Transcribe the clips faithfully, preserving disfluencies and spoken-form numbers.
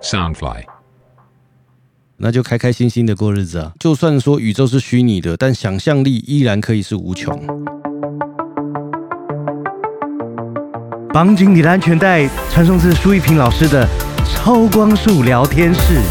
Soundfly， 那就开开心心的过日子啊！就算说宇宙是虚拟的，但想象力依然可以是无穷。 绑紧你的安全带，传送至舒一平老师的超光速聊天室。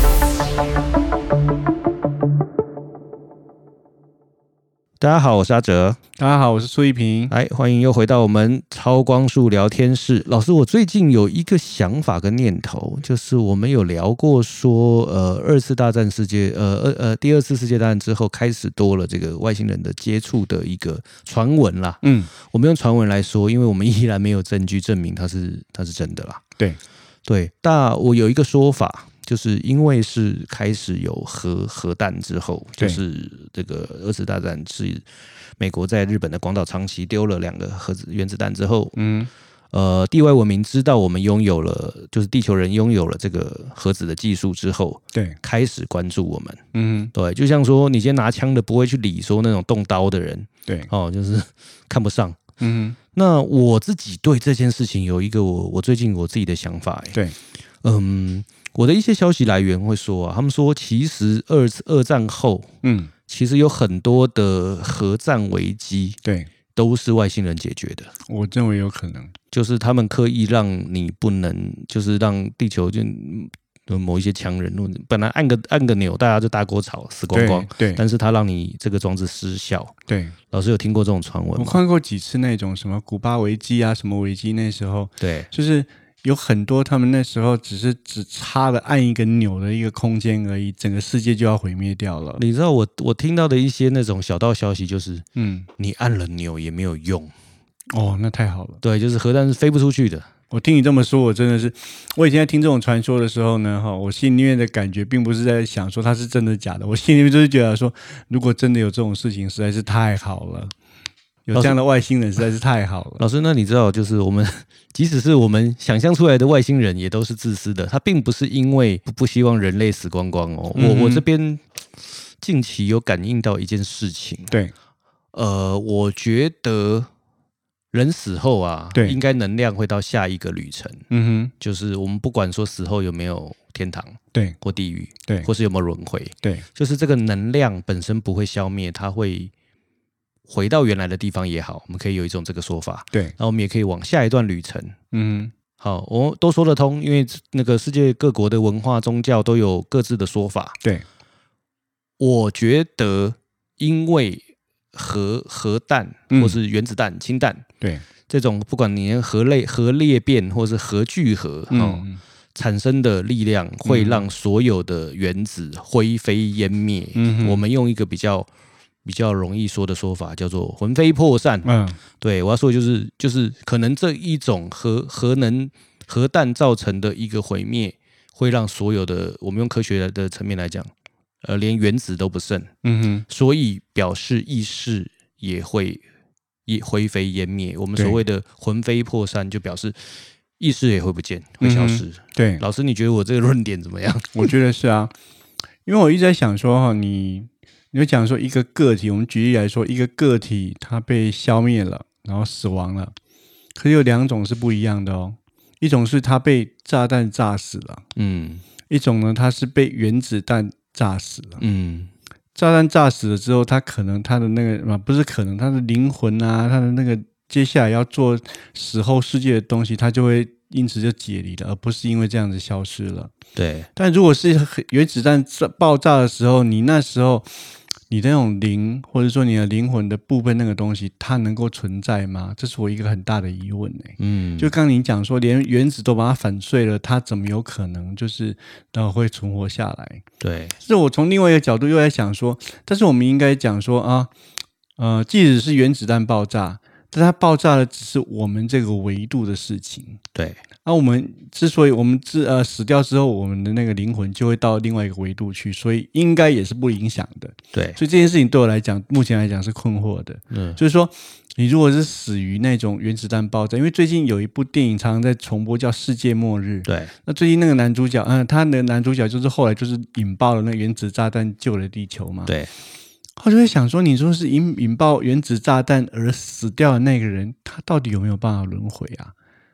大家好，我是阿哲。 大家好，我是苏一平。 来，欢迎又回到我们超光速聊天室。老师，我最近有一个想法跟念头，就是我们有聊过说，呃，二次大战世界，呃呃呃，第二次世界大战之后开始多了这个外星人的接触的一个传闻啦。嗯，我们用传闻来说，因为我们依然没有证据证明它是它是真的啦。 对对，但我有一个说法。就是因为是开始有核核弹之后，就是这个二次大战是美国在日本的广岛、长崎丢了两个核子原子弹之后，嗯，呃，地外文明知道我们拥有了，就是地球人拥有了这个核子的技术之后， 对， 开始关注我们， 嗯， 对，就像说你今天拿枪的不会去理说那种动刀的人， 对， 哦，就是看不上， 嗯， 那我自己对这件事情有一个我我最近我自己的想法， 对， 嗯。我的一些消息来源会说啊，他们说其实二二战后，嗯，其实有很多的核战危机，对，都是外星人解决的。 我认为有可能， 就是他们刻意让你不能，就是让地球就某一些强人，本来按个按个钮，大家就大锅炒死光光，对，对，但是他让你这个装置失效。对，老师有听过这种传闻吗？ 我看过几次那种什么古巴危机啊，什么危机，那时候， 对， 就是。有很多他们那时候只是只差了按一个钮的一个空间而已，整个世界就要毁灭掉了。 你知道我我听到的一些那种小道消息就是，嗯，你按了钮也没有用。 哦，那太好了。 对，就是核弹是飞不出去的。 我听你这么说，我真的是，我以前在听这种传说的时候呢，哈，我心里面的感觉并不是在想说它是真的假的，我心里面就是觉得说，如果真的有这种事情，实在是太好了。有这样的外星人实在是太好了。 老师，那你知道，就是我们即使是我们想象出来的外星人，也都是自私的。他并不是因为不希望人类死光光哦。嗯、我我这边近期有感应到一件事情， 对， 呃，我觉得人死后啊，对，应该能量会到下一个旅程。嗯哼，就是我们不管说死后有没有天堂，对，或地狱，对，或是有没有轮回，对，就是这个能量本身不会消灭，它会。回到原来的地方也好，我们可以有一种这个说法。对，然后我们也可以往下一段旅程。嗯，好，我都说得通，因为那个世界各国的文化、宗教都有各自的说法。对，我觉得因为核核弹或是原子弹、氢弹，对这种不管你核类、核裂变或是核聚合，嗯、哦，产生的力量会让所有的原子灰飞烟灭。嗯，我们用一个比较。比较容易说的说法叫做魂飞魄散。嗯，对，我要说的就是就是可能这一种核核能核弹造成的一个毁灭，会让所有的我们用科学的层面来讲，呃，连原子都不剩。嗯哼，所以表示意识也会也灰飞烟灭。我们所谓的魂飞魄散，就表示意识也会不见，会消失。嗯、对，老师，你觉得我这个论点怎么样？ 我觉得是啊，因为我一直在想说哈，你。你就讲说一个个体，我们举例来说，一个个体它被消灭了，然后死亡了，可是有两种是不一样的哦。一种是它被炸弹炸死了，嗯，一种呢它是被原子弹炸死了，嗯。炸弹炸死了之后，它可能它的那个不是可能，它的灵魂啊，它的那个接下来要做死后世界的东西，它就会因此就解离了，而不是因为这样子消失了。对。但如果是原子弹爆炸的时候，你那时候。你的那种灵，或者说你的灵魂的部分那个东西，它能够存在吗？这是我一个很大的疑问、欸、嗯，就刚你讲说，连原子都把它粉碎了，它怎么有可能就是呃会存活下来？对，是我从另外一个角度又在想说，但是我们应该讲说啊，呃，即使是原子弹爆炸，但它爆炸的只是我们这个维度的事情。对。那、啊、我们之所以我们自呃死掉之后，我们的那个灵魂就会到另外一个维度去，所以应该也是不影响的。对，所以这件事情对我来讲，目前来讲是困惑的。嗯，就是说，你如果是死于那种原子弹爆炸，因为最近有一部电影常常在重播，叫《世界末日》。对，那最近那个男主角，嗯、呃，他的男主角就是后来就是引爆了那个原子炸弹救了地球嘛。对。我就会想说，你说是引引爆原子炸弹而死掉的那个人，他到底有没有办法轮回啊？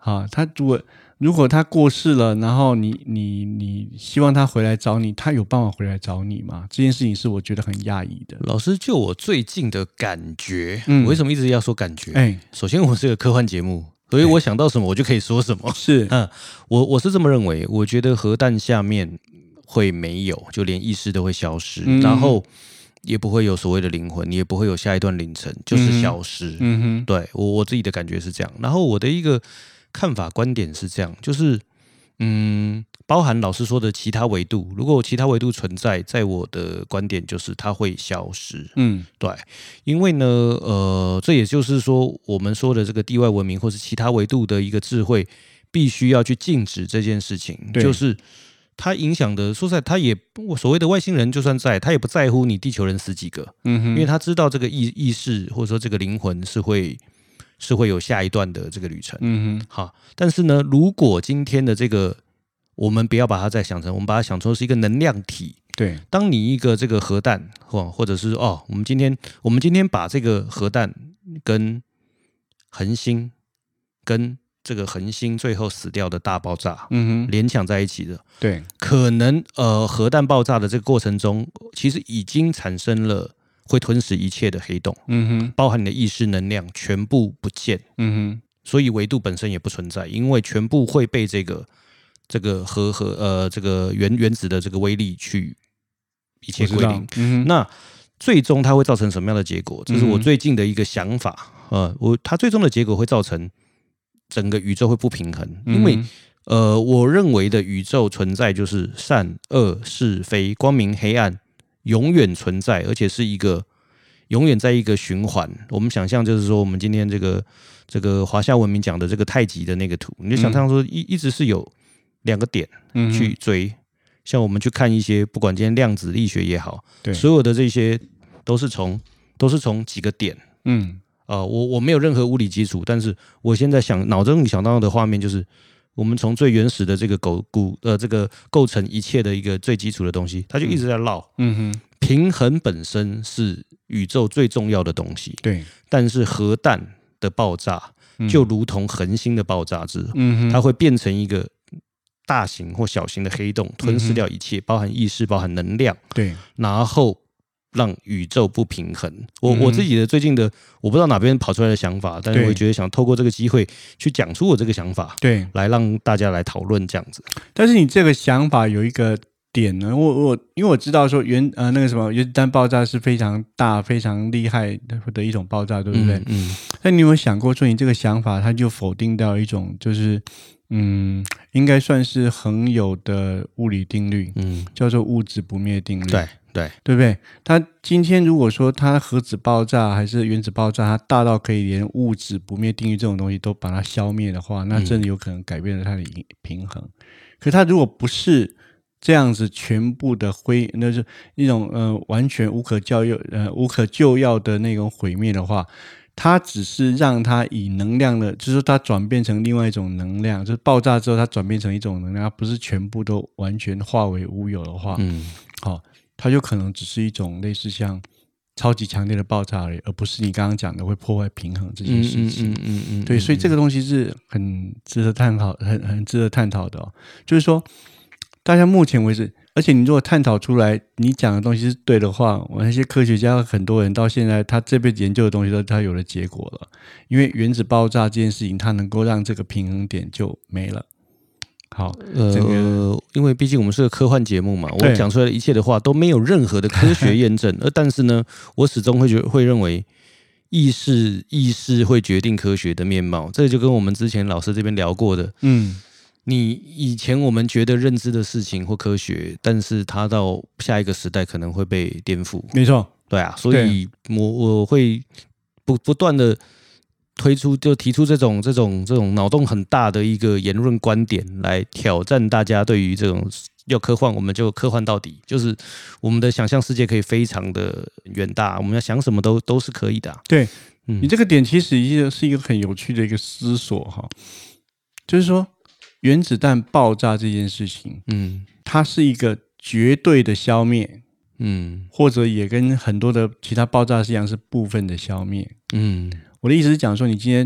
好，他如果如果他过世了，然后你你你希望他回来找你，他有办法回来找你吗？这件事情是我觉得很讶异的。 老师，就我最近的感觉，嗯、我为什么一直要说感觉？哎，首先我是个科幻节目，所以我想到什么我就可以说什么。 是， 嗯，我我是这么认为，我觉得核弹下面会没有，就连意识都会消失，嗯、然后也不会有所谓的灵魂，也不会有下一段凌晨，就是消失。嗯哼，对我我自己的感觉是这样。然后我的一个看法观点是这样，就是嗯，包含老师说的其他维度，如果其他维度存在，在我的观点就是它会消失。嗯，对，因为呢，呃，这也就是说，我们说的这个地外文明或是其他维度的一个智慧，必须要去禁止这件事情，就是它影响的，说实在，他也所谓的外星人就算在，他也不在乎你地球人死几个，嗯哼，因为他知道这个意意识或者说这个灵魂是会。是会有下一段的这个旅程，嗯哼，好，但是呢，如果今天的这个，我们不要把它再想成，我们把它想成是一个能量体， 对， 当你一个这个核弹，或或者是哦，我们今天我们今天把这个核弹跟恒星跟这个恒星最后死掉的大爆炸，嗯哼，联想在一起的， 对， 可能呃，核弹爆炸的这个过程中，其实已经产生了。会吞噬一切的黑洞，嗯哼，包含你的意识能量全部不见，嗯哼，所以维度本身也不存在，因为全部会被这个这个核核呃这个原原子的这个威力去一切归零。嗯、那最终它会造成什么样的结果？这是我最近的一个想法。呃，我它最终的结果会造成整个宇宙会不平衡，因为、嗯、呃，我认为的宇宙存在就是善恶是非、光明黑暗。永远存在，而且是一个永远在一个循环。我们想象就是说，我们今天这个这个华夏文明讲的这个太极的那个图，你就想象说一一直是有两个点去追。嗯、像我们去看一些，不管今天量子力学也好，对，所有的这些都是从都是从几个点。嗯，呃，我我没有任何物理基础，但是我现在想脑中想到的画面就是。我们从最原始的这个构骨呃这个构成一切的一个最基础的东西，它就一直在绕。嗯哼，平衡本身是宇宙最重要的东西。对，但是核弹的爆炸就如同恒星的爆炸之，嗯、它会变成一个大型或小型的黑洞，吞噬掉一切，包含意识，包含能量。对，然后。让宇宙不平衡，我我自己的最近的我不知道哪边跑出来的想法，但是我觉得想透过这个机会去讲出我这个想法，对，来让大家来讨论这样子。 但是你这个想法有一个点呢，我我因为我知道说原呃那个什么原子弹爆炸是非常大非常厉害的一种爆炸，对不对？嗯。嗯但你有没有想过说你这个想法，它就否定掉一种就是嗯，应该算是恒有的物理定律，嗯，叫做物质不灭定律， 对。对， 对不对？它今天如果说它核子爆炸还是原子爆炸，它大到可以连物质不灭定律这种东西都把它消灭的话，那真的有可能改变了它的平衡。嗯、可它如果不是这样子，全部的灰，那是一种呃完全无可救药呃无可救药的那种毁灭的话，它只是让它以能量的，就是说它转变成另外一种能量，就是爆炸之后它转变成一种能量，它不是全部都完全化为乌有的话，嗯，好。它就可能只是一种类似像超级强烈的爆炸而已，而不是你刚刚讲的会破坏平衡这件事情。嗯嗯嗯嗯对，所以这个东西是很值得探讨、很很值得探讨的哦。就是说，大家目前为止，而且你如果探讨出来，你讲的东西是对的话，我那些科学家很多人到现在，他这辈子研究的东西都他有了结果了。因为原子爆炸这件事情，它能够让这个平衡点就没了。好， 呃，因为毕竟我们是个科幻节目嘛，我讲出来的一切的话都没有任何的科学验证，而但是呢，我始终会觉会认为意识意识会决定科学的面貌，这就跟我们之前老师这边聊过的，嗯，你以前我们觉得认知的事情或科学，但是它到下一个时代可能会被颠覆， 没错， 对啊，所以我我会不不断的。推出就提出这种这种这种脑洞很大的一个言论观点，来挑战大家对于这种要科幻，我们就科幻到底，就是我们的想象世界可以非常的远大，我们要想什么都都是可以的、啊。 对，嗯、你这个点其实是一个很有趣的一个思索哈，就是说原子弹爆炸这件事情，嗯，它是一个绝对的消灭，嗯，或者也跟很多的其他爆炸是一样，是部分的消灭，嗯。我的意思是讲说，你今天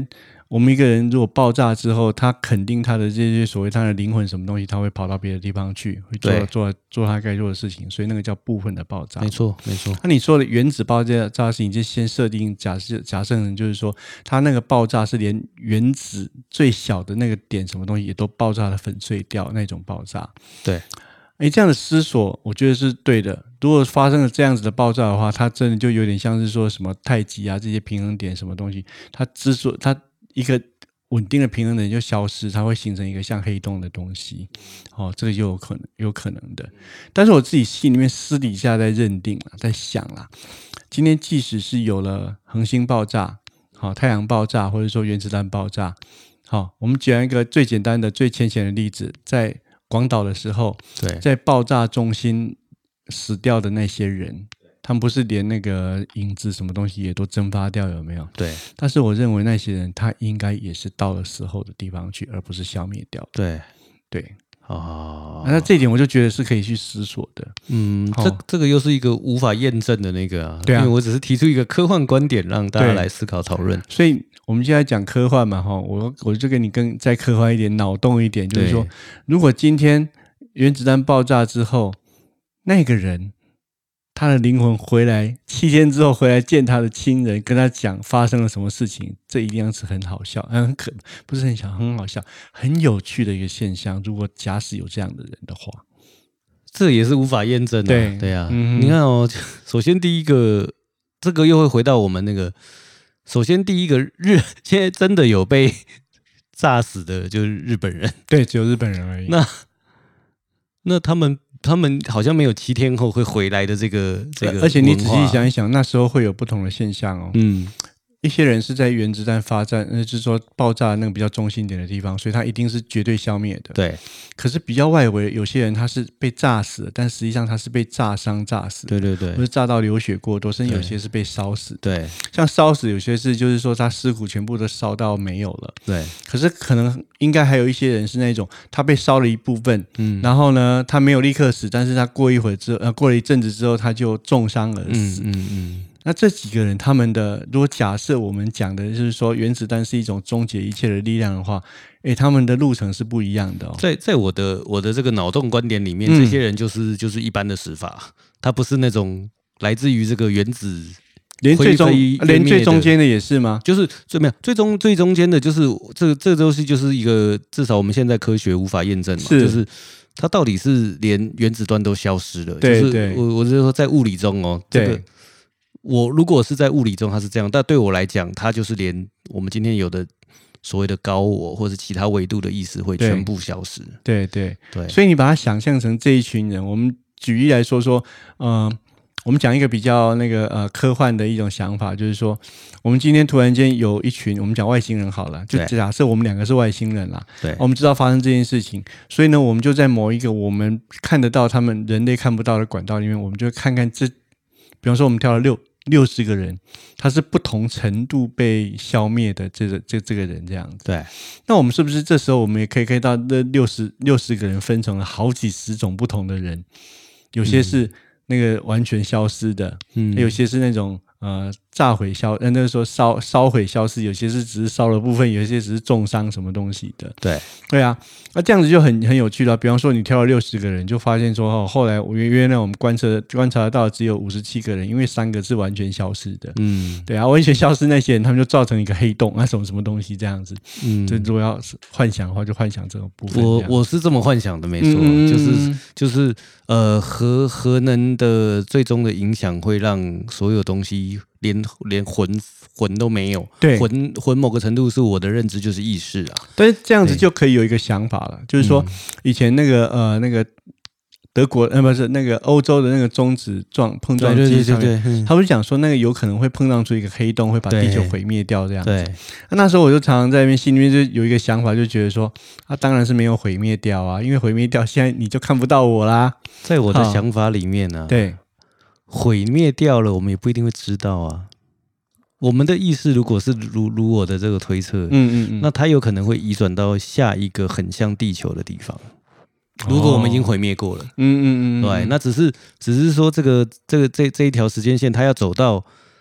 我们一个人如果爆炸之后，他肯定他的这些所谓他的灵魂什么东西，他会跑到别的地方去，会做做做他该做的事情，所以那个叫部分的爆炸。 没错，没错。 那你说的原子爆炸炸的事情，就先设定假设假设成就是说，它那个爆炸是连原子最小的那个点什么东西也都爆炸的粉碎掉那种爆炸。 对。 哎，这样的思索，我觉得是对的。如果发生了这样子的爆炸的话，它真的就有点像是说什么太极啊这些平衡点什么东西，它之所它一个稳定的平衡点就消失，它会形成一个像黑洞的东西。哦，这个就有可能有可能的。但是我自己心里面私底下在认定啦，在想啦，今天即使是有了恒星爆炸、好、哦、太阳爆炸，或者说原子弹爆炸，好、哦，我们讲一个最简单的、最浅显的例子，在广岛的时候， 对， 在爆炸中心死掉的那些人，他们不是连那个影子什么东西也都蒸发掉，有没有？ 对。 但是我认为那些人他应该也是到了死后的地方去，而不是消灭掉。 对对。 哦， 那这一点我就觉得是可以去思索的。 嗯，哦、这这个又是一个无法验证的那个啊， 对啊， 因为我只是提出一个科幻观点，让大家来思考讨论。 所以我们现在讲科幻嘛，哈，我我就跟你更再科幻一点，脑洞一点，就是说，如果今天原子弹爆炸之后，那个人他的灵魂回来，七天之后回来见他的亲人，跟他讲发生了什么事情，这一定是很好笑，很可不是很小，很好笑，很有趣的一个现象。如果假使有这样的人的话， 这也是无法验证的。对对啊、嗯，你看哦，首先第一个，这个又会回到我们那个，首先第一个日，现在真的有被炸死的，就是日本人， 对，只有日本人而已。 那那他们。他们好像没有七天后会回来的这个这个， 而且你仔细想一想，那时候会有不同的现象哦。 嗯， 一些人是在原子弹发战，那就是说爆炸那个比较中心点的地方，所以他一定是绝对消灭的。 对。 可是比较外围，有些人他是被炸死的，但实际上他是被炸伤炸死的。 对对对， 或是炸到流血过多，甚至有些是被烧死的。 对， 像烧死有些是就是说他尸骨全部都烧到没有了。 对。 可是可能应该还有一些人是那种他被烧了一部分， 嗯， 然后呢他没有立刻死，但是他过一会儿之后，呃，过了一阵子之后他就重伤而死。 嗯嗯嗯。 那这几个人他们的，如果假设我们讲的就是说原子弹是一种终结一切的力量的话，诶，他们的路程是不一样的哦。 在在我的我的这个脑洞观点里面，嗯、这些人就是就是一般的死法，他不是那种来自于这个原子。 连最中连最中间的也是吗？ 就是最没有最中最中间的，就是这这个东西就是一个至少我们现在科学无法验证嘛， 是就是它到底是连原子端都消失了。 对对， 就是我我是说在物理中哦，这个我如果是在物理中它是这样，但对我来讲，它就是连我们今天有的所谓的高我或者其他维度的意识会全部消失。 对对 对, 对， 所以你把它想象成这一群人，我们举例来说说，嗯、呃。我们讲一个比较那个呃科幻的一种想法，就是说，我们今天突然间有一群，我们讲外星人好了，就假设我们两个是外星人啦， 对， 我们知道发生这件事情，所以呢，我们就在某一个我们看得到他们人类看不到的管道里面，我们就看看这，比方说我们挑了六六十个人，他是不同程度被消灭的这个这这个人这样子， 对， 那我们是不是这时候我们也可以可以到那六十六十个人分成了好几十种不同的人，有些是、嗯。那个完全消失的，嗯，有些是那种呃炸毁消，呃那个时候烧烧毁消失，有些是只是烧了部分，有些只是重伤什么东西的。 对， 对啊，那这样子就很很有趣了。比方说你挑了六十个人，就发现说哦，后来我原来我们观测观察到只有五十七个人，因为三个是完全消失的。嗯，对啊，完全消失那些人，他们就造成一个黑洞啊，什么什么东西这样子。嗯，就如果要是幻想的话，就幻想这个部分。 我我是这么幻想的，没错，嗯、就是就是呃核核能的最终的影响会让所有东西。连连魂魂都没有， 对， 魂魂某个程度是我的认知就是意识啊， 但是这样子就可以有一个想法了，就是说以前那个呃那个德国呃不是那个欧洲的那个中子撞碰撞机上面， 对对对对对， 他不是讲说那个有可能会碰撞出一个黑洞，会把地球毁灭掉这样子。 对， 那时候我就常常在那边心里面就有一个想法，就觉得说啊，当然是没有毁灭掉啊，因为毁灭掉现在你就看不到我啦。 在我的想法里面呢、啊， 对。 毁灭掉了，我们也不一定会知道啊。我们的意识如果是如如我的这个推测，嗯嗯嗯，那它有可能会移转到下一个很像地球的地方。如果我们已经毁灭过了，哦、嗯嗯嗯，对，那只是只是说这个这个这这一条时间线，它要走到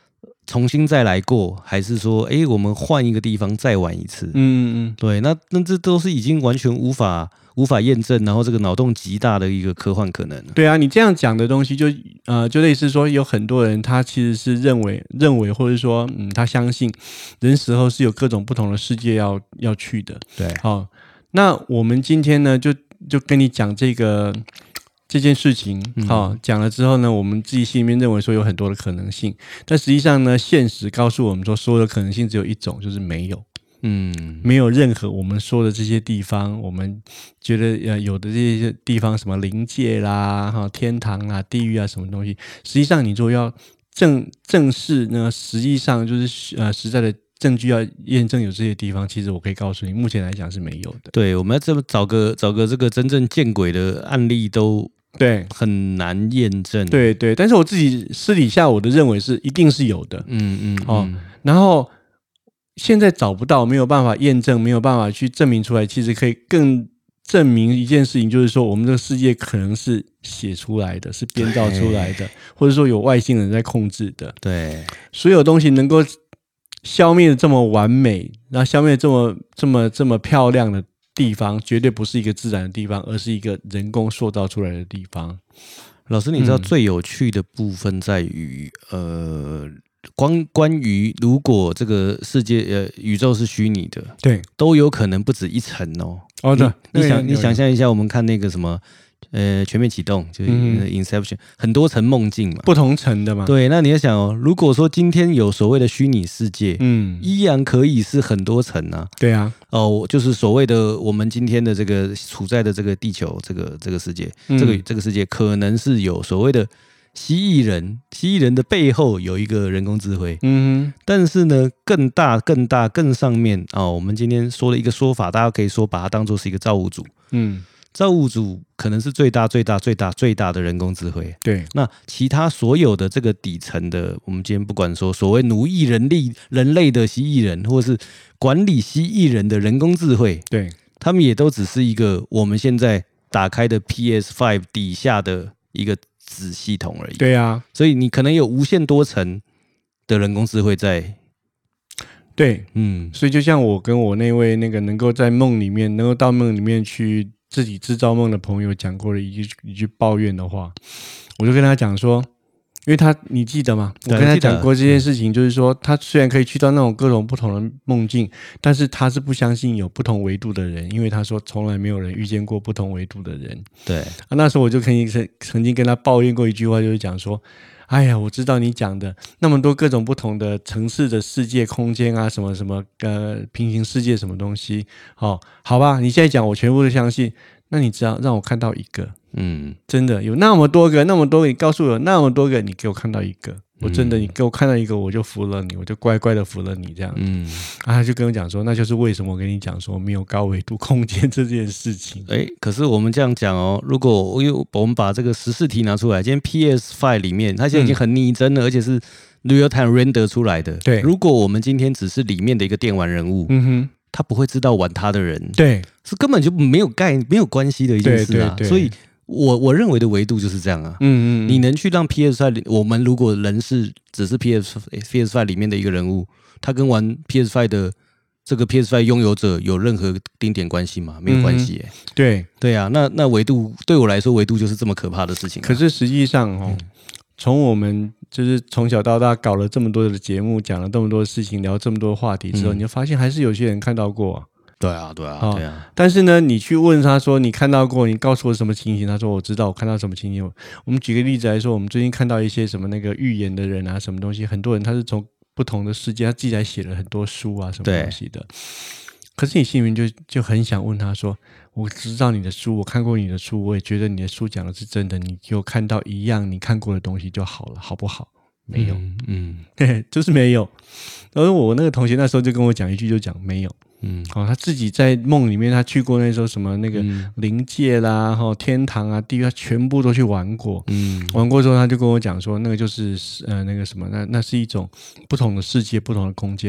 重新再来过，还是说，哎，我们换一个地方再玩一次？嗯嗯嗯， 对，那那这都是已经完全无法无法验证，然后这个脑洞极大的一个科幻可能。 对啊，你这样讲的东西就呃，就类似说，有很多人他其实是认为认为，或者说，嗯，他相信人死后是有各种不同的世界要要去的。 对， 好、哦，那我们今天呢，就就跟你讲这个。这件事情，好、哦、讲了之后呢，我们自己心里面认为说有很多的可能性，但实际上呢，现实告诉我们说，所有的可能性只有一种，就是没有，嗯，没有任何我们说的这些地方，我们觉得呃有的这些地方，什么灵界啦、哈天堂啊、地狱啊，什么东西，实际上你如果要正正视呢，实际上就是呃实在的。证据要验证有这些地方，其实我可以告诉你，目前来讲是没有的。 对，我们要这么找个找个这个真正见鬼的案例都对很难验证。 对对，但是我自己私底下我的认为是一定是有的。嗯嗯哦，嗯然后现在找不到，没有办法验证，没有办法去证明出来，其实可以更证明一件事情，就是说我们这个世界可能是写出来的，是编造出来的，或者说有外星人在控制的。 对， 所有东西能够消灭的这么完美，然后消灭这么这么这么漂亮的地方，绝对不是一个自然的地方，而是一个人工塑造出来的地方。 老师，你知道最有趣的部分在于，嗯、呃，关关于如果这个世界呃宇宙是虚拟的， 对， 都有可能不止一层哦。 哦，对， 你你想你想象一下，我们看那个什么。呃，全面启动就是 Inception，、嗯、很多层梦境嘛， 不同层的嘛。 对，那你要想哦，如果说今天有所谓的虚拟世界，嗯，依然可以是很多层啊。 对啊， 哦，就是所谓的我们今天的这个处在的这个地球，这个这个世界，嗯、这个这个世界可能是有所谓的蜥蜴人，蜥蜴人的背后有一个人工智慧，嗯，但是呢，更大、更大、更上面哦，我们今天说的一个说法，大家可以说把它当作是一个造物主，嗯。造物主可能是最大、最大、最大、最大的人工智慧。 对， 那其他所有的这个底层的，我们今天不管说所谓奴役人力、人类的蜥蜴人，或是管理蜥蜴人的人工智慧， 对， 他们也都只是一个我们现在打开的 P S 五 底下的一个子系统而已。 对啊， 所以你可能有无限多层的人工智慧在。 对，嗯，所以就像我跟我那位那个能够在梦里面，能够到梦里面去。自己制造梦的朋友讲过了一句一句抱怨的话，我就跟他讲说，因为他你记得吗？我跟他讲过这件事情，就是说他虽然可以去到那种各种不同的梦境，但是他是不相信有不同维度的人，因为他说从来没有人遇见过不同维度的人。 对， 啊、那时候我就曾经曾经跟他抱怨过一句话，就是讲说。哎呀，我知道你讲的那么多各种不同的层次的世界空间啊，什么什么呃平行世界什么东西，哦，好吧，你现在讲我全部都相信。那你知道让我看到一个，嗯，真的有那么多个，那么多个，你告诉我那么多个，你给我看到一个，我真的你给我看到一个，我就服了你，我就乖乖的服了你这样。嗯，啊，他就跟我讲说，那就是为什么我跟你讲说没有高维度空间这件事情。 哎，可是我们这样讲哦，如果因为我们把这个十四题拿出来，今天 P S 五 里面它现在已经很拟真了，嗯、而且是 real time render 出来的。 对， 如果我们今天只是里面的一个电玩人物，嗯哼。他不会知道玩他的人， 对， 是根本就没有概没有关系的一件事啊。 对对对， 所以我我认为的维度就是这样啊。嗯嗯，你能去让 P S 五，我们如果人是只是 P S P S 五里面的一个人物，他跟玩 P S 五的这个 P S 五拥有者有任何丁点关系吗？没有关系耶、欸嗯。对对啊，那那维度对我来说，维度就是这么可怕的事情、啊。 可是实际上哦。嗯从我们就是从小到大搞了这么多的节目，讲了这么多事情，聊这么多话题之后，嗯、你就发现还是有些人看到过、啊。 对啊，对啊，对啊。 但是呢，你去问他说你看到过，你告诉我什么情形？他说我知道，我看到什么情形。我们举个例子来说，我们最近看到一些什么那个预言的人啊，什么东西，很多人他是从不同的世界，他自己来写了很多书啊，什么东西的。可是你心里面就就很想问他说，我知道你的书，我看过你的书，我也觉得你的书讲的是真的，你给我看到一样你看过的东西就好了，好不好？没有，嗯，嗯就是没有。然后我那个同学那时候就跟我讲一句，就讲没有，嗯，哦，他自己在梦里面，他去过那时候什么那个灵界啦，哈、嗯，天堂啊，地狱，他全部都去玩过，嗯，玩过之后他就跟我讲说，那个就是呃那个什么，那那是一种不同的世界，不同的空间。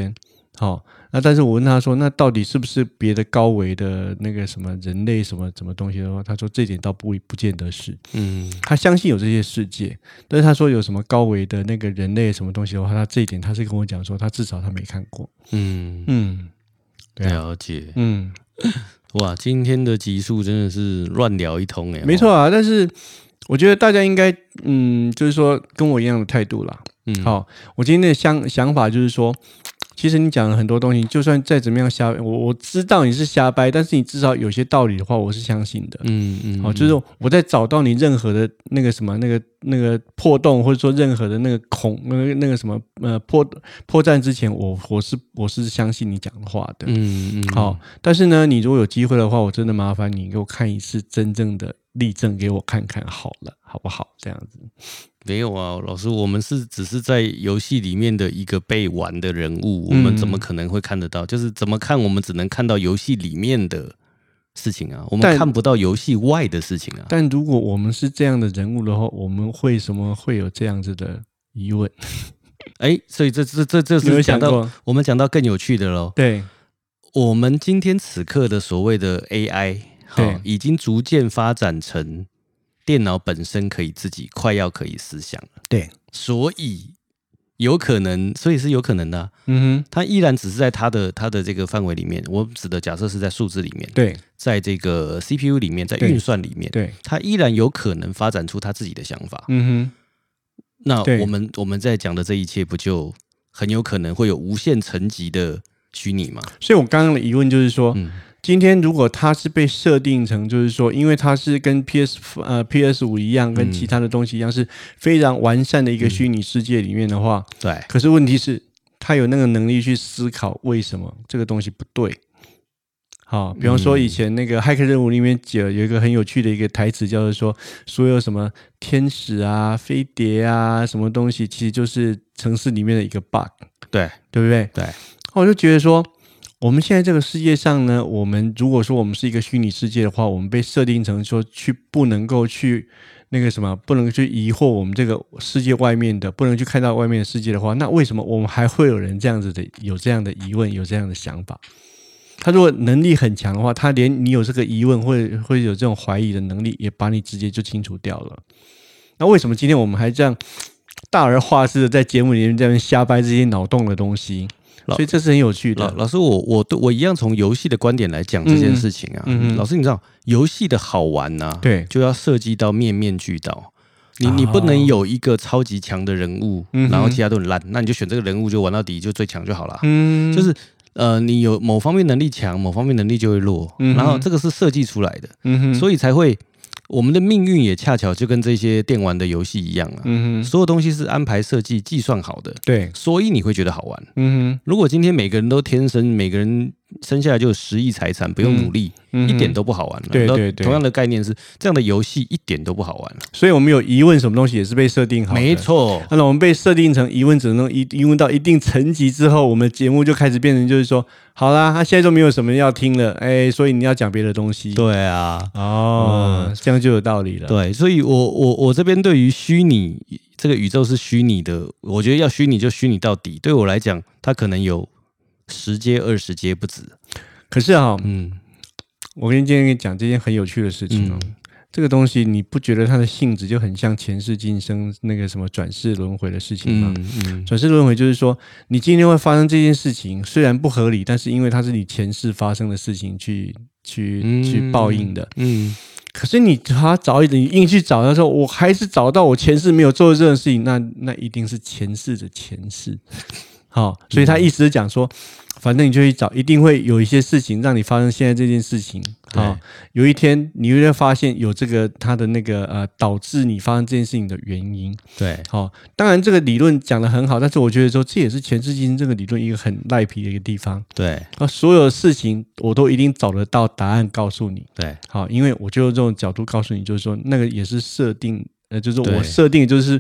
好、哦，那但是我问他说，那到底是不是别的高维的那个什么人类什么什么东西的话，他说这点倒不不见得是，嗯，他相信有这些世界，但是他说有什么高维的那个人类什么东西的话，他这一点他是跟我讲说，他至少他没看过，嗯嗯， 对啊，了解，嗯，哇，今天的集数真的是乱聊一通哎， 没错啊，但是我觉得大家应该，嗯，就是说跟我一样的态度啦，嗯，好，我今天的想想法就是说。其实你讲了很多东西，就算再怎么样瞎，我我知道你是瞎掰，但是你至少有些道理的话，我是相信的。嗯嗯，好、哦，就是我在找到你任何的那个什么那个那个破洞，或者说任何的那个孔那个那个什么呃破破绽之前，我我是我是相信你讲的话的。嗯嗯，好、哦，但是呢，你如果有机会的话，我真的麻烦你给我看一次真正的例证给我看看好了，好不好？这样子。 没有啊，老师，我们是只是在游戏里面的一个被玩的人物，我们怎么可能会看得到？嗯、就是怎么看，我们只能看到游戏里面的事情啊，我们看不到游戏外的事情啊。 但如果我们是这样的人物的话，我们为什么会有这样子的疑问？ 哎，所以这这这这是讲到我们讲到更有趣的喽。 对， 我们今天此刻的所谓的 A I， 好，已经逐渐发展成。电脑本身可以自己快要可以思想了， 对， 所以有可能，所以是有可能的、啊。嗯哼，它依然只是在它的它的这个范围里面。我指的假设是在数字里面， 对， 在这个 C P U 里面，在运算里面， 对， 它依然有可能发展出它自己的想法。嗯哼，那我们我们在讲的这一切，不就很有可能会有无限层级的虚拟吗？ 所以我刚刚的疑问就是说。嗯，今天如果它是被设定成，就是说，因为它是跟 P S 呃 P S 五一样，跟其他的东西一样，是非常完善的一个虚拟世界里面的话， 嗯、对。 可是问题是，它有那个能力去思考为什么这个东西不对。好，比方说以前那个骇客任务里面有有一个很有趣的一个台词，叫做说，所有什么天使啊、飞碟啊，什么东西，其实就是程式里面的一个 bug， 对， 对不对？ 对。 我就觉得说。我们现在这个世界上呢，我们如果说我们是一个虚拟世界的话，我们被设定成说去不能够去那个什么，不能去疑惑我们这个世界外面的，不能去看到外面的世界的话，那为什么我们还会有人这样子的有这样的疑问，有这样的想法？他如果能力很强的话，他连你有这个疑问或者会有这种怀疑的能力，也把你直接就清除掉了。那为什么今天我们还这样大而化之的在节目里面在那边瞎掰这些脑洞的东西？所以这是很有趣的。 老, 老师，我我我一样从游戏的观点来讲这件事情啊。嗯嗯、老师，你知道游戏的好玩呢、啊， 对， 就要涉及到面面俱到。你你不能有一个超级强的人物，哦、然后其他都很烂，那你就选这个人物就玩到底，就最强就好了。嗯，就是呃，你有某方面能力强，某方面能力就会弱，嗯、然后这个是设计出来的，嗯、所以才会。我们的命运也恰巧就跟这些电玩的游戏一样啊，嗯、所有东西是安排设计计算好的， 对， 所以你会觉得好玩。嗯、如果今天每个人都天生，每个人生下来就有十亿财产，不用努力，嗯、一点都不好玩了。 对对对， 同样的概念是，这样的游戏一点都不好玩了。 所以我们有疑问，什么东西也是被设定好的。 没错， 那我们被设定成疑问，只能疑疑问到一定层级之后，我们的节目就开始变成就是说，好啦，他现在都没有什么要听了，哎，所以你要讲别的东西。 对啊， 哦，嗯、这样就有道理了。 对，所以我我我这边对于虚拟这个宇宙是虚拟的，我觉得要虚拟就虚拟到底。对我来讲，它可能有十阶、二十阶不止。 可是啊，嗯，我跟你今天跟你讲这件很有趣的事情哦。嗯、这个东西你不觉得它的性质就很像前世今生那个什么转世轮回的事情吗？嗯嗯、转世轮回就是说，你今天会发生这件事情，虽然不合理，但是因为它是你前世发生的事情去去、嗯、去报应的。嗯。可是你他找一点，你硬去找的时候，我还是找到我前世没有做的这种事情，那那一定是前世的前世。好、哦，所以他意思是讲说，反正你就去找，一定会有一些事情让你发生现在这件事情。好、哦，有一天你会发现有这个他的那个呃导致你发生这件事情的原因。 对， 好、哦，当然这个理论讲得很好，但是我觉得说这也是前世今生这个理论一个很赖皮的一个地方。 对， 啊，所有的事情我都一定找得到答案告诉你。 对， 好，因为我就用这种角度告诉你，就是说那个也是设定。呃，就是我设定，就是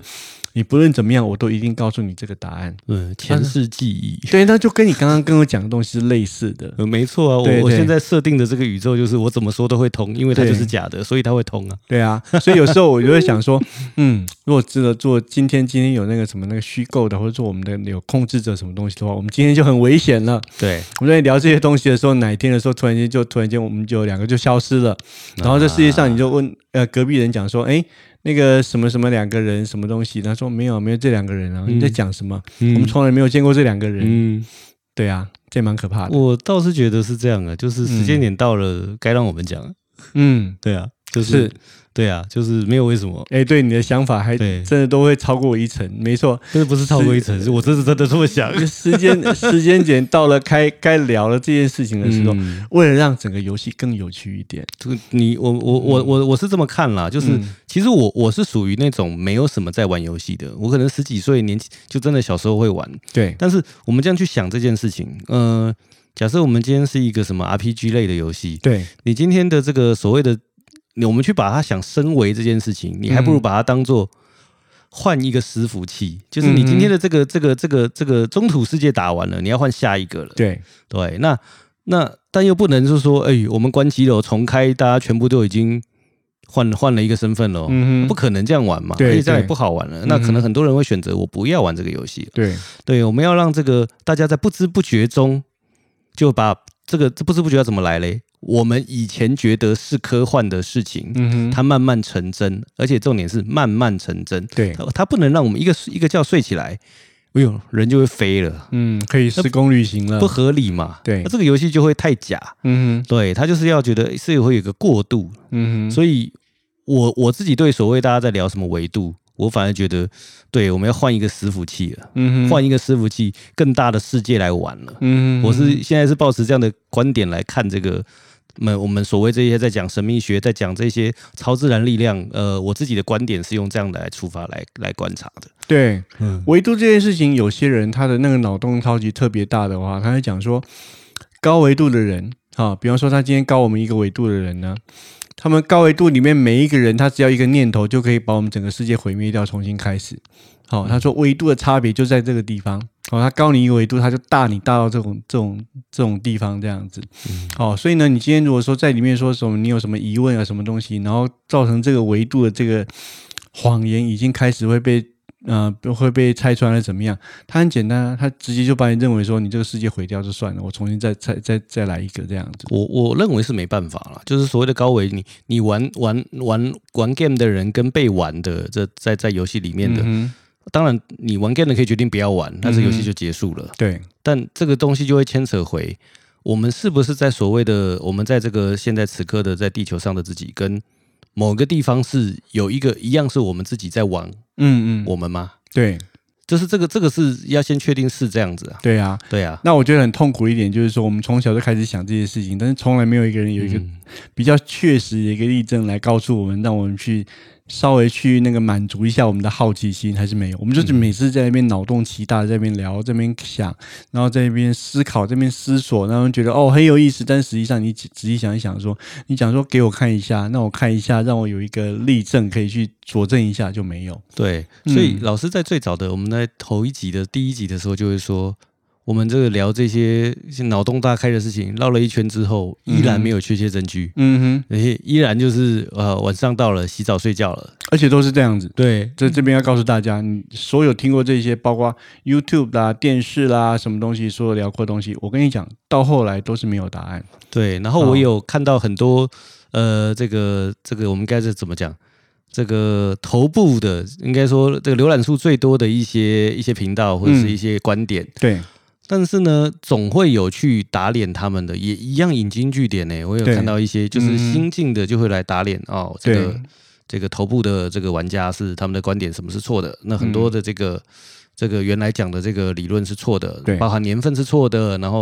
你不论怎么样，我都一定告诉你这个答案。 嗯，前世记忆， 对，那就跟你刚刚跟我讲的东西是类似的。 呃，没错啊，我我现在设定的这个宇宙就是我怎么说都会通，因为它就是假的，所以它会通啊。 对啊，所以有时候我就会想说，嗯，如果真的做今天今天有那个什么那个虚构的，或者说我们的有控制着什么东西的话，我们今天就很危险了。 对， 我们在聊这些东西的时候，哪一天的时候，突然间就突然间我们就两个就消失了，然后这世界上你就问呃隔壁人讲说，哎。那个什么什么两个人什么东西，他说没有没有这两个人啊，嗯、你在讲什么？嗯、我们从来没有见过这两个人。嗯，对啊，这蛮可怕的。 我倒是觉得是这样的，就是时间点到了，该、嗯、让我们讲。嗯，对啊，就是。是对啊，就是没有为什么。 哎，对你的想法还真的都会超过我一层，没错， 这不是超过一层，是我这是真的这么想。 时间时间点到了，该该聊了这件事情的时候，嗯、为了让整个游戏更有趣一点， 你我我我我我是这么看啦，就是、嗯、其实我我是属于那种没有什么在玩游戏的，我可能十几岁年纪就真的小时候会玩， 对。 但是我们这样去想这件事情，呃，假设我们今天是一个什么 R P G 类的游戏， 对你今天的这个所谓的。我们去把它想升维这件事情，你还不如把它当做换一个伺服器，就是你今天的这个这个这个这个中土世界打完了，你要换下一个了。 对对，那那但又不能是说，哎、欸，我们关机了重开，大家全部都已经换换了一个身份了，嗯，不可能这样玩嘛，而且这样也不好玩了。那可能很多人会选择我不要玩这个游戏。 对对，我们要让这个大家在不知不觉中就把这个这不知不觉要怎么来嘞？我们以前觉得是科幻的事情，嗯、它慢慢成真，而且重点是慢慢成真。 对， 它不能让我们一个一个觉睡起来，哎呦，人就会飞了， 嗯，可以时空旅行了， 不合理嘛？ 对， 那这个游戏就会太假，嗯哼，对，它就是要觉得是会有一个过渡，嗯哼，所以我我自己对所谓大家在聊什么维度。我反而觉得，对，我们要换一个伺服器了，嗯，换一个伺服器，更大的世界来玩了，嗯，我是现在是抱持这样的观点来看这个，我们所谓这些在讲神秘学，在讲这些超自然力量，呃，我自己的观点是用这样的来出发来来观察的。 对，嗯，维度这件事情，有些人他的那个脑洞超级特别大的话，他会讲说，高维度的人，啊，比方说他今天高我们一个维度的人呢。他们高维度里面每一个人，他只要一个念头就可以把我们整个世界毁灭掉，重新开始。好、哦，他说维度的差别就在这个地方。哦，他高你一个维度，他就大你大到这种这种这种地方这样子。好、哦，所以呢，你今天如果说在里面说什么，你有什么疑问啊，什么东西，然后造成这个维度的这个谎言已经开始会被。呃，会被拆穿了怎么样？它很简单啊，它直接就把你认为说你这个世界毁掉就算了，我重新再再再再来一个这样子。 我我认为是没办法啦，就是所谓的高维，你你玩玩玩玩 game 的人跟被玩的，这在在游戏里面的，嗯、当然你玩 game 的可以决定不要玩，但是游戏就结束了。嗯、 对， 但这个东西就会牵扯回我们是不是在所谓的我们在这个现在此刻的在地球上的自己跟。某个地方是有一个一样是我们自己在玩，嗯嗯，我们吗？ 对， 就是这个这个是要先确定是这样子啊。 对啊， 对啊。 那我觉得很痛苦一点，就是说我们从小就开始想这些事情，但是从来没有一个人有一个比较确实的一个例证来告诉我们，让我们去稍微去那个满足一下我们的好奇心，还是没有。我们就是每次在那边脑洞奇大，在那边聊，在那边想，然后在那边思考，在那边思索，然后觉得哦很有意思，但实际上你仔细想一想说，你讲说给我看一下，那我看一下，让我有一个例证可以去佐证一下，就没有。 对，所以老师在最早的我们在头一集的第一集的时候就会说。我们这个聊这些脑洞大开的事情，绕了一圈之后，依然没有确切证据。嗯哼，而且依然就是呃晚上到了，洗澡睡觉了， 而且都是这样子。 对， 这这边要告诉大家，你所有听过这些，包括 YouTube 啦、电视啦，什么东西，所有聊过的东西，我跟你讲，到后来都是没有答案。 对，然后我有看到很多、哦、呃，这个这个我们应该是怎么讲？这个头部的，应该说这个浏览数最多的一些一些频道或者是一些观点。 嗯、对。 但是呢，总会有去打脸他们的，也一样引经据典呢。我有看到一些就是新进的就会来打脸、嗯、哦，这个这个头部的这个玩家是他们的观点什么是错的，那很多的这个、嗯、这个原来讲的这个理论是错的，包含年份是错的，然后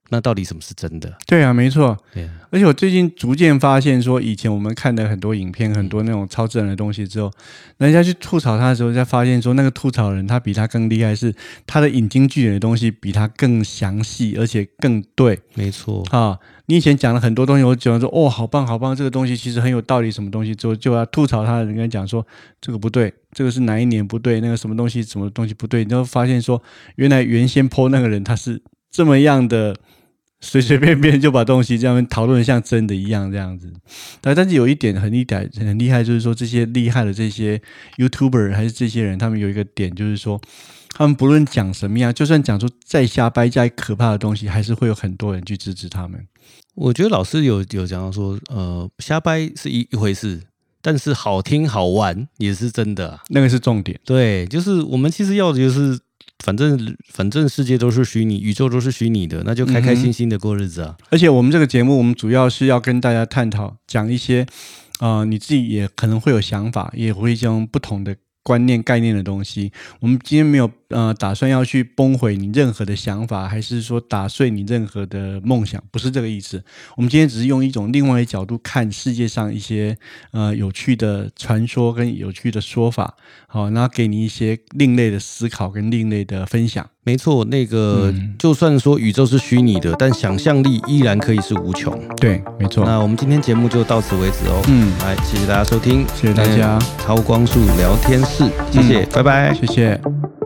那到底什么是真的？ 对啊，没错。对啊，而且我最近逐渐发现说，以前我们看的很多影片，很多那种超自然的东西之后，人家去吐槽他的时候，才发现说那个吐槽人他比他更厉害，是他的引经据典的东西比他更详细，而且更对。 没错啊，你以前讲了很多东西，我讲说哦，好棒好棒，这个东西其实很有道理，什么东西之后就要吐槽他的人跟他讲说这个不对，这个是哪一年不对，那个什么东西什么东西不对，你就发现说原来原先 po 那个人他是这么样的。随随便便就把东西这样讨论像真的一样这样子，但但是有一点很厉害很厉害，就是说这些厉害的这些 YouTuber 还是这些人，他们有一个点就是说，他们不论讲什么样，就算讲出再瞎掰再可怕的东西，还是会有很多人去支持他们。 我觉得老师有有讲到说，呃，瞎掰是一一回事，但是好听好玩也是真的、啊， 那个是重点。 对，就是我们其实要的就是。反正反正世界都是虚拟，宇宙都是虚拟的，那就开开心心的过日子啊！ 而且我们这个节目，我们主要是要跟大家探讨，讲一些，呃，你自己也可能会有想法，也会用不同的观念概念的东西。我们今天没有呃打算要去崩毁你任何的想法，还是说打碎你任何的梦想，不是这个意思。我们今天只是用一种另外一个角度看世界上一些呃有趣的传说跟有趣的说法，好，然后给你一些另类的思考跟另类的分享。 没错，那个、嗯、就算说宇宙是虚拟的，但想象力依然可以是无穷。 对，没错。 那我们今天节目就到此为止哦。嗯，来，谢谢大家收听， 谢谢大家。 超光速聊天室，谢谢，嗯、拜拜， 谢谢。